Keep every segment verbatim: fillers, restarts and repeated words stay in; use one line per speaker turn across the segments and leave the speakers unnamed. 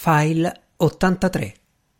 File ottantatré.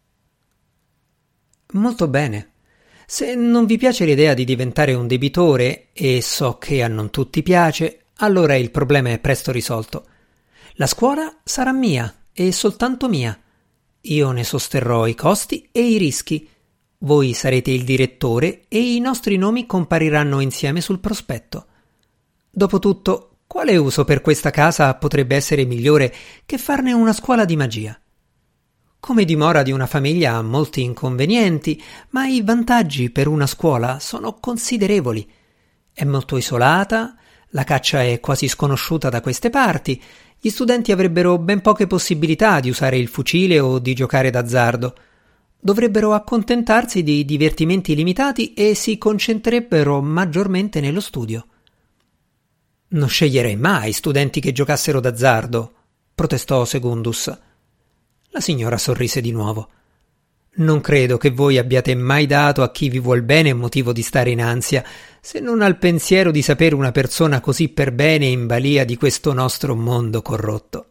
Molto bene. Se non vi piace l'idea di diventare un debitore, e so che a non tutti piace, allora il problema è presto risolto. La scuola sarà mia, e soltanto mia. Io ne sosterrò i costi e i rischi. Voi sarete il direttore e i nostri nomi compariranno insieme sul prospetto. Dopotutto, quale uso per questa casa potrebbe essere migliore che farne una scuola di magia? Come dimora di una famiglia ha molti inconvenienti, ma i vantaggi per una scuola sono considerevoli. È molto isolata, la caccia è quasi sconosciuta da queste parti, gli studenti avrebbero ben poche possibilità di usare il fucile o di giocare d'azzardo. Dovrebbero accontentarsi di divertimenti limitati e si concentrerebbero maggiormente nello studio. Non sceglierei mai studenti che giocassero d'azzardo, protestò Secundus. La signora sorrise di nuovo. Non credo che voi abbiate mai dato a chi vi vuol bene motivo di stare in ansia, se non al pensiero di sapere una persona così per bene in balia di questo nostro mondo corrotto.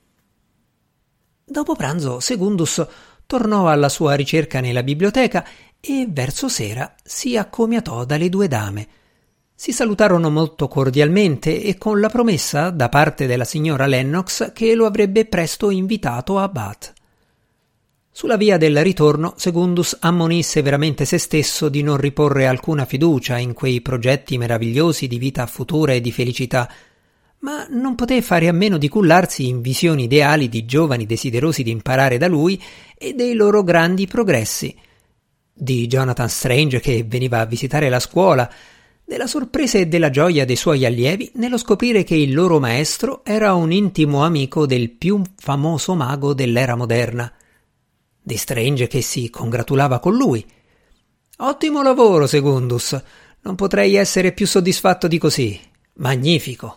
Dopo pranzo Secundus tornò alla sua ricerca nella biblioteca e verso sera si accomiatò dalle due dame. Si salutarono molto cordialmente e con la promessa da parte della signora Lennox che lo avrebbe presto invitato a Bath. Sulla via del ritorno Secundus ammonì severamente se stesso di non riporre alcuna fiducia in quei progetti meravigliosi di vita futura e di felicità, ma non poté fare a meno di cullarsi in visioni ideali di giovani desiderosi di imparare da lui e dei loro grandi progressi, di Jonathan Strange che veniva a visitare la scuola, della sorpresa e della gioia dei suoi allievi nello scoprire che il loro maestro era un intimo amico del più famoso mago dell'era moderna, di Strange che si congratulava con lui. Ottimo lavoro, Secundus, non potrei essere più soddisfatto di così. Magnifico.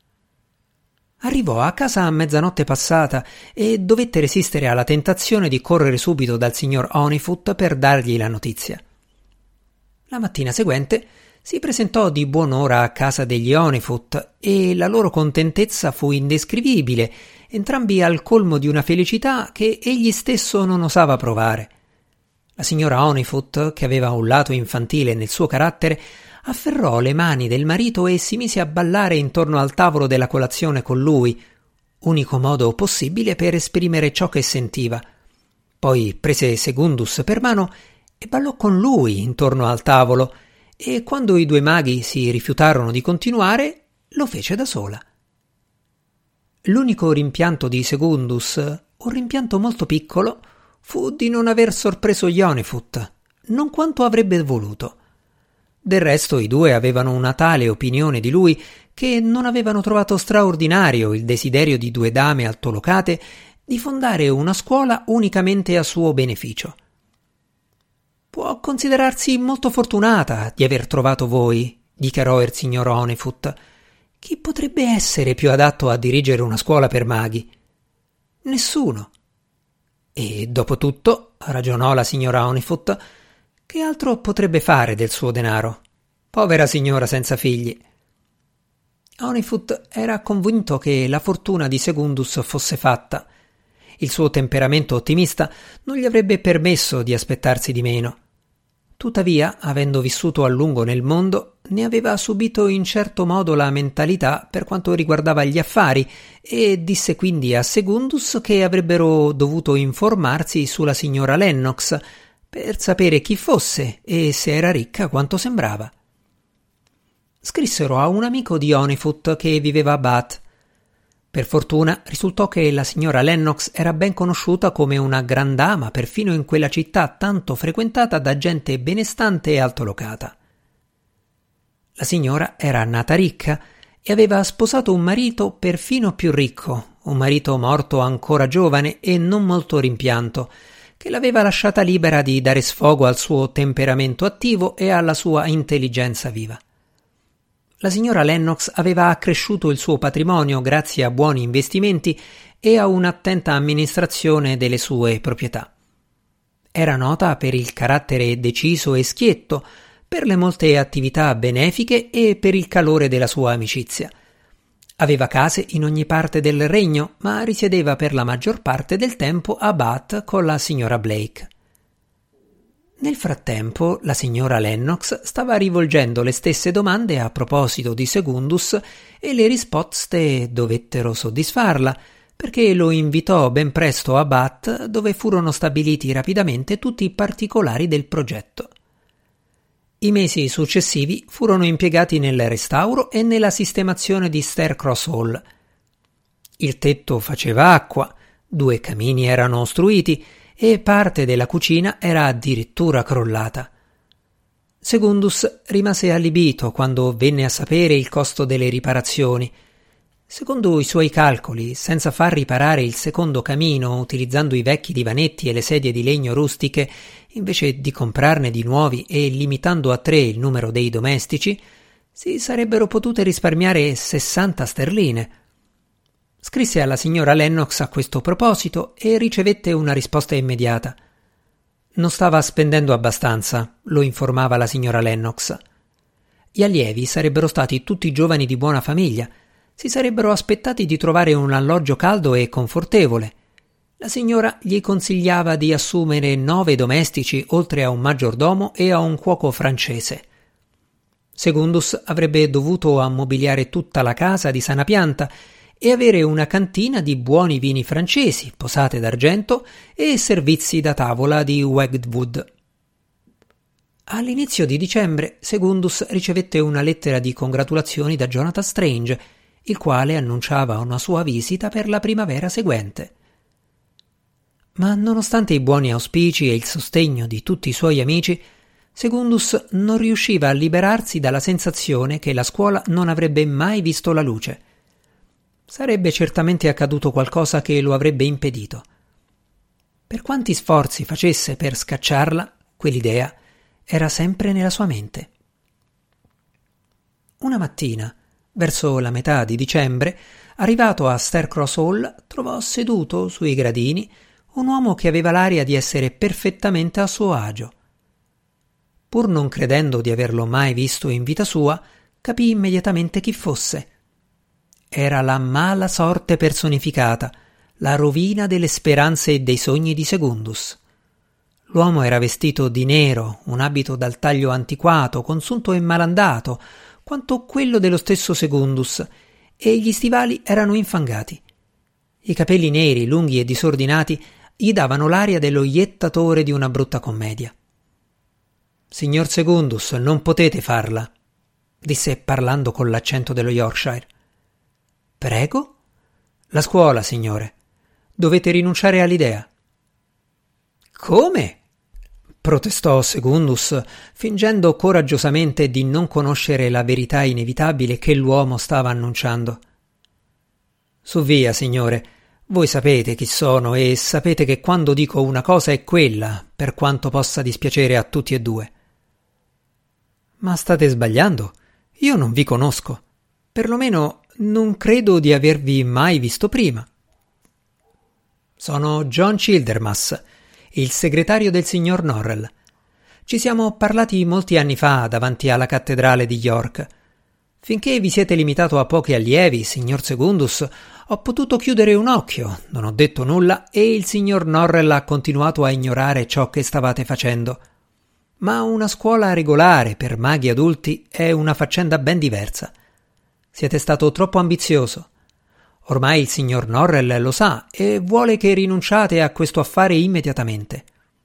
Arrivò a casa a mezzanotte passata e dovette resistere alla tentazione di correre subito dal signor Honeyfoot per dargli la notizia. La mattina seguente si presentò di buon'ora a casa degli Honeyfoot e la loro contentezza fu indescrivibile, entrambi al colmo di una felicità che egli stesso non osava provare. La signora Honeyfoot, che aveva un lato infantile nel suo carattere, afferrò le mani del marito e si mise a ballare intorno al tavolo della colazione con lui, unico modo possibile per esprimere ciò che sentiva. Poi prese Secundus per mano e ballò con lui intorno al tavolo, e quando i due maghi si rifiutarono di continuare, lo fece da sola. L'unico rimpianto di Secundus, un rimpianto molto piccolo, fu di non aver sorpreso gli Honeyfoot, non quanto avrebbe voluto. Del resto i due avevano una tale opinione di lui che non avevano trovato straordinario il desiderio di due dame altolocate di fondare una scuola unicamente a suo beneficio. Può considerarsi molto fortunata di aver trovato voi, dichiarò il signor Honeyfoot. Chi potrebbe essere più adatto a dirigere una scuola per maghi? Nessuno. E dopo tutto, ragionò la signora Honeyfoot, che altro potrebbe fare del suo denaro? Povera signora senza figli. Honeyfoot era convinto che la fortuna di Secundus fosse fatta. Il suo temperamento ottimista non gli avrebbe permesso di aspettarsi di meno. Tuttavia, avendo vissuto a lungo nel mondo, ne aveva subito in certo modo la mentalità per quanto riguardava gli affari e disse quindi a Secundus che avrebbero dovuto informarsi sulla signora Lennox per sapere chi fosse e se era ricca quanto sembrava. Scrissero a un amico di Honeyfoot che viveva a Bath. Per fortuna risultò che la signora Lennox era ben conosciuta come una gran dama perfino in quella città tanto frequentata da gente benestante e altolocata. La signora era nata ricca e aveva sposato un marito perfino più ricco, un marito morto ancora giovane e non molto rimpianto, che l'aveva lasciata libera di dare sfogo al suo temperamento attivo e alla sua intelligenza viva. La signora Lennox aveva accresciuto il suo patrimonio grazie a buoni investimenti e a un'attenta amministrazione delle sue proprietà. Era nota per il carattere deciso e schietto, per le molte attività benefiche e per il calore della sua amicizia. Aveva case in ogni parte del regno, ma risiedeva per la maggior parte del tempo a Bath con la signora Blake. Nel frattempo, la signora Lennox stava rivolgendo le stesse domande a proposito di Secundus e le risposte dovettero soddisfarla, perché lo invitò ben presto a Bath, dove furono stabiliti rapidamente tutti i particolari del progetto. I mesi successivi furono impiegati nel restauro e nella sistemazione di Starcross Hall. Il tetto faceva acqua, due camini erano ostruiti e parte della cucina era addirittura crollata. Secundus rimase allibito quando venne a sapere il costo delle riparazioni. Secondo i suoi calcoli, senza far riparare il secondo camino utilizzando i vecchi divanetti e le sedie di legno rustiche, invece di comprarne di nuovi e limitando a tre il numero dei domestici, si sarebbero potute risparmiare sessanta sterline. Scrisse alla signora Lennox a questo proposito e ricevette una risposta immediata. Non stava spendendo abbastanza, lo informava la signora Lennox. Gli allievi sarebbero stati tutti giovani di buona famiglia, si sarebbero aspettati di trovare un alloggio caldo e confortevole. La signora gli consigliava di assumere nove domestici oltre a un maggiordomo e a un cuoco francese. Secundus avrebbe dovuto ammobiliare tutta la casa di sana pianta e avere una cantina di buoni vini francesi, posate d'argento e servizi da tavola di Wedgwood. All'inizio di dicembre Secundus ricevette una lettera di congratulazioni da Jonathan Strange, il quale annunciava una sua visita per la primavera seguente. Ma nonostante i buoni auspici e il sostegno di tutti i suoi amici, Secundus non riusciva a liberarsi dalla sensazione che la scuola non avrebbe mai visto la luce. Sarebbe certamente accaduto qualcosa che lo avrebbe impedito. Per quanti sforzi facesse per scacciarla, quell'idea era sempre nella sua mente. Una mattina, verso la metà di dicembre, arrivato a Starcross Hall, trovò seduto sui gradini un uomo che aveva l'aria di essere perfettamente a suo agio. Pur non credendo di averlo mai visto in vita sua, capì immediatamente chi fosse. Era la mala sorte personificata, la rovina delle speranze e dei sogni di Secundus. L'uomo era vestito di nero, un abito dal taglio antiquato, consunto e malandato, quanto quello dello stesso Secundus, e gli stivali erano infangati. I capelli neri, lunghi e disordinati gli davano l'aria dello iettatore di una brutta commedia. «Signor Secundus, non potete farla», disse parlando con l'accento dello Yorkshire. «Prego?» «La scuola, signore. Dovete rinunciare all'idea». «Come?» protestò Secundus, fingendo coraggiosamente di non conoscere la verità inevitabile che l'uomo stava annunciando. «Su via, signore. Voi sapete chi sono e sapete che quando dico una cosa è quella, per quanto possa dispiacere a tutti e due». «Ma state sbagliando. Io non vi conosco. Perlomeno non credo di avervi mai visto prima». «Sono John Childermas, il segretario del signor Norrell. Ci siamo parlati molti anni fa davanti alla cattedrale di York. Finché vi siete limitato a pochi allievi, signor Secundus, ho potuto chiudere un occhio, non ho detto nulla e il signor Norrell ha continuato a ignorare ciò che stavate facendo. Ma una scuola regolare per maghi adulti è una faccenda ben diversa. Siete stato troppo ambizioso. Ormai il signor Norrell lo sa e vuole che rinunciate a questo affare immediatamente».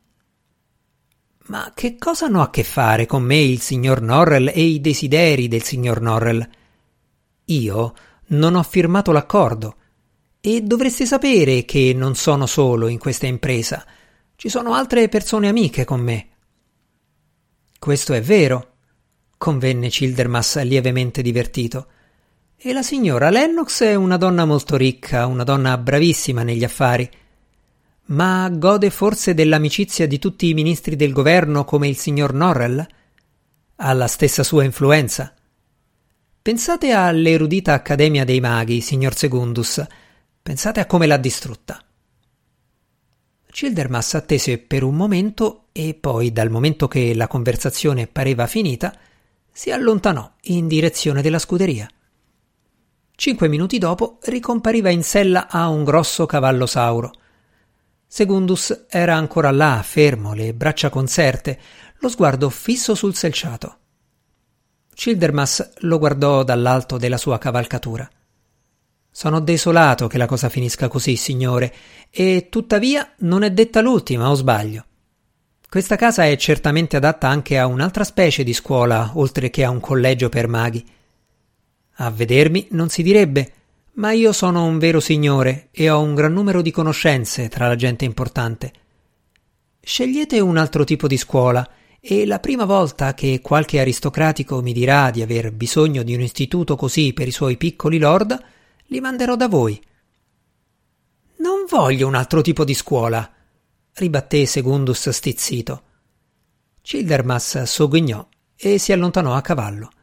«Ma che cosa hanno a che fare con me il signor Norrell e i desideri del signor Norrell? Io non ho firmato l'accordo e dovreste sapere che non sono solo in questa impresa. Ci sono altre persone amiche con me». «Questo è vero», convenne Childermas lievemente divertito. «E la signora Lennox è una donna molto ricca, una donna bravissima negli affari. Ma gode forse dell'amicizia di tutti i ministri del governo come il signor Norrell? Ha la stessa sua influenza? Pensate all'erudita Accademia dei Maghi, signor Secundus. Pensate a come l'ha distrutta». Childermas attese per un momento e poi, dal momento che la conversazione pareva finita, si allontanò in direzione della scuderia. Cinque minuti dopo ricompariva in sella a un grosso cavallo sauro. Segundus era ancora là, fermo, le braccia conserte, lo sguardo fisso sul selciato. Childermas lo guardò dall'alto della sua cavalcatura. «Sono desolato che la cosa finisca così, signore, e tuttavia non è detta l'ultima, o sbaglio? Questa casa è certamente adatta anche a un'altra specie di scuola, oltre che a un collegio per maghi. A vedermi non si direbbe, ma io sono un vero signore e ho un gran numero di conoscenze tra la gente importante. Scegliete un altro tipo di scuola e la prima volta che qualche aristocratico mi dirà di aver bisogno di un istituto così per i suoi piccoli lord, li manderò da voi». «Non voglio un altro tipo di scuola», ribatté Segundus stizzito. Childermas sogghignò e si allontanò a cavallo.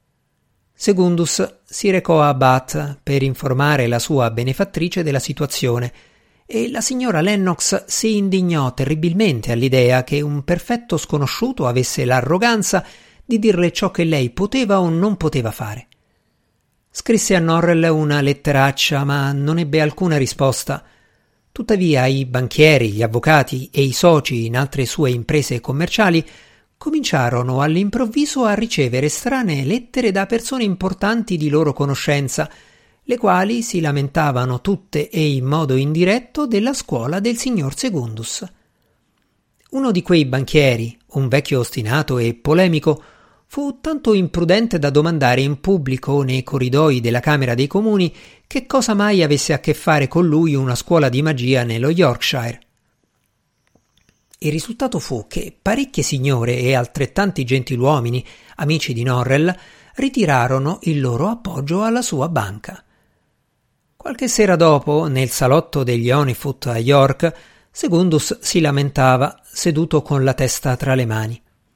Segundus si recò a Bath per informare la sua benefattrice della situazione e la signora Lennox si indignò terribilmente all'idea che un perfetto sconosciuto avesse l'arroganza di dirle ciò che lei poteva o non poteva fare. Scrisse a Norrell una letteraccia, ma non ebbe alcuna risposta. Tuttavia i banchieri, gli avvocati e i soci in altre sue imprese commerciali cominciarono all'improvviso a ricevere strane lettere da persone importanti di loro conoscenza, le quali si lamentavano tutte e in modo indiretto della scuola del signor Segundus. Uno di quei banchieri, un vecchio ostinato e polemico, fu tanto imprudente da domandare in pubblico nei corridoi della Camera dei Comuni che cosa mai avesse a che fare con lui una scuola di magia nello Yorkshire. Il risultato fu che parecchie signore e altrettanti gentiluomini, amici di Norrell, ritirarono il loro appoggio alla sua banca. Qualche sera dopo, nel salotto degli Honeyfoot a York, Segundus si lamentava, seduto con la testa tra le mani.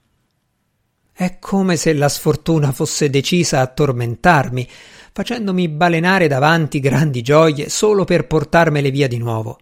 «È come se la sfortuna fosse decisa a tormentarmi, facendomi balenare davanti grandi gioie solo per portarmele via di nuovo».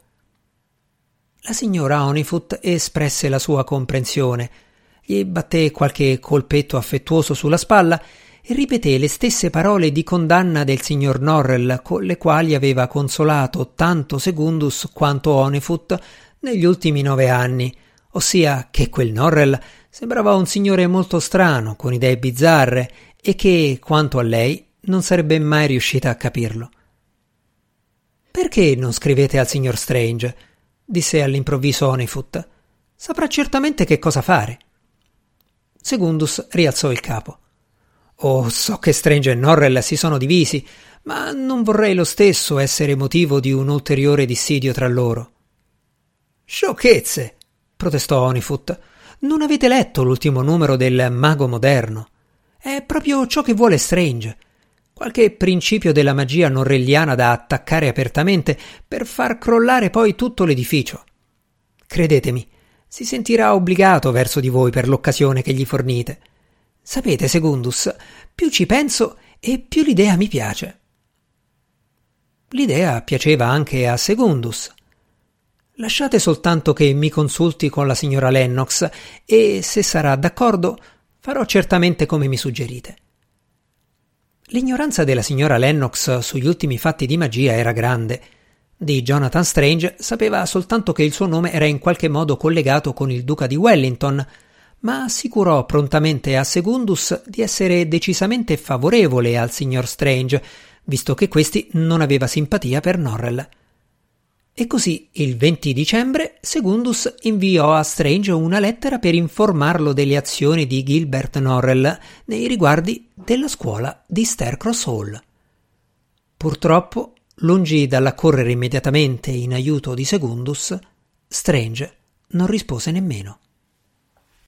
La signora Honeyfoot espresse la sua comprensione, gli batté qualche colpetto affettuoso sulla spalla e ripeté le stesse parole di condanna del signor Norrell con le quali aveva consolato tanto Segundus quanto Honeyfoot negli ultimi nove anni, ossia che quel Norrell sembrava un signore molto strano, con idee bizzarre, e che, quanto a lei, non sarebbe mai riuscita a capirlo. «Perché non scrivete al signor Strange?» disse all'improvviso Honeyfoot. «Saprà certamente che cosa fare». Segundus rialzò il capo. «Oh, so che Strange e Norrell si sono divisi, ma non vorrei lo stesso essere motivo di un ulteriore dissidio tra loro». «Sciocchezze!» protestò Honeyfoot. «Non avete letto l'ultimo numero del Mago Moderno? È proprio ciò che vuole Strange. Qualche principio della magia norrelliana da attaccare apertamente per far crollare poi tutto l'edificio. Credetemi, si sentirà obbligato verso di voi per l'occasione che gli fornite. Sapete, Segundus, più ci penso e più l'idea mi piace». L'idea piaceva anche a Segundus. «Lasciate soltanto che mi consulti con la signora Lennox e, se sarà d'accordo, farò certamente come mi suggerite». L'ignoranza della signora Lennox sugli ultimi fatti di magia era grande. Di Jonathan Strange sapeva soltanto che il suo nome era in qualche modo collegato con il duca di Wellington, ma assicurò prontamente a Segundus di essere decisamente favorevole al signor Strange, visto che questi non aveva simpatia per Norrell. E così, il venti dicembre, Segundus inviò a Strange una lettera per informarlo delle azioni di Gilbert Norrell nei riguardi della scuola di Starcross Hall. Purtroppo, lungi dall'accorrere immediatamente in aiuto di Segundus, Strange non rispose nemmeno.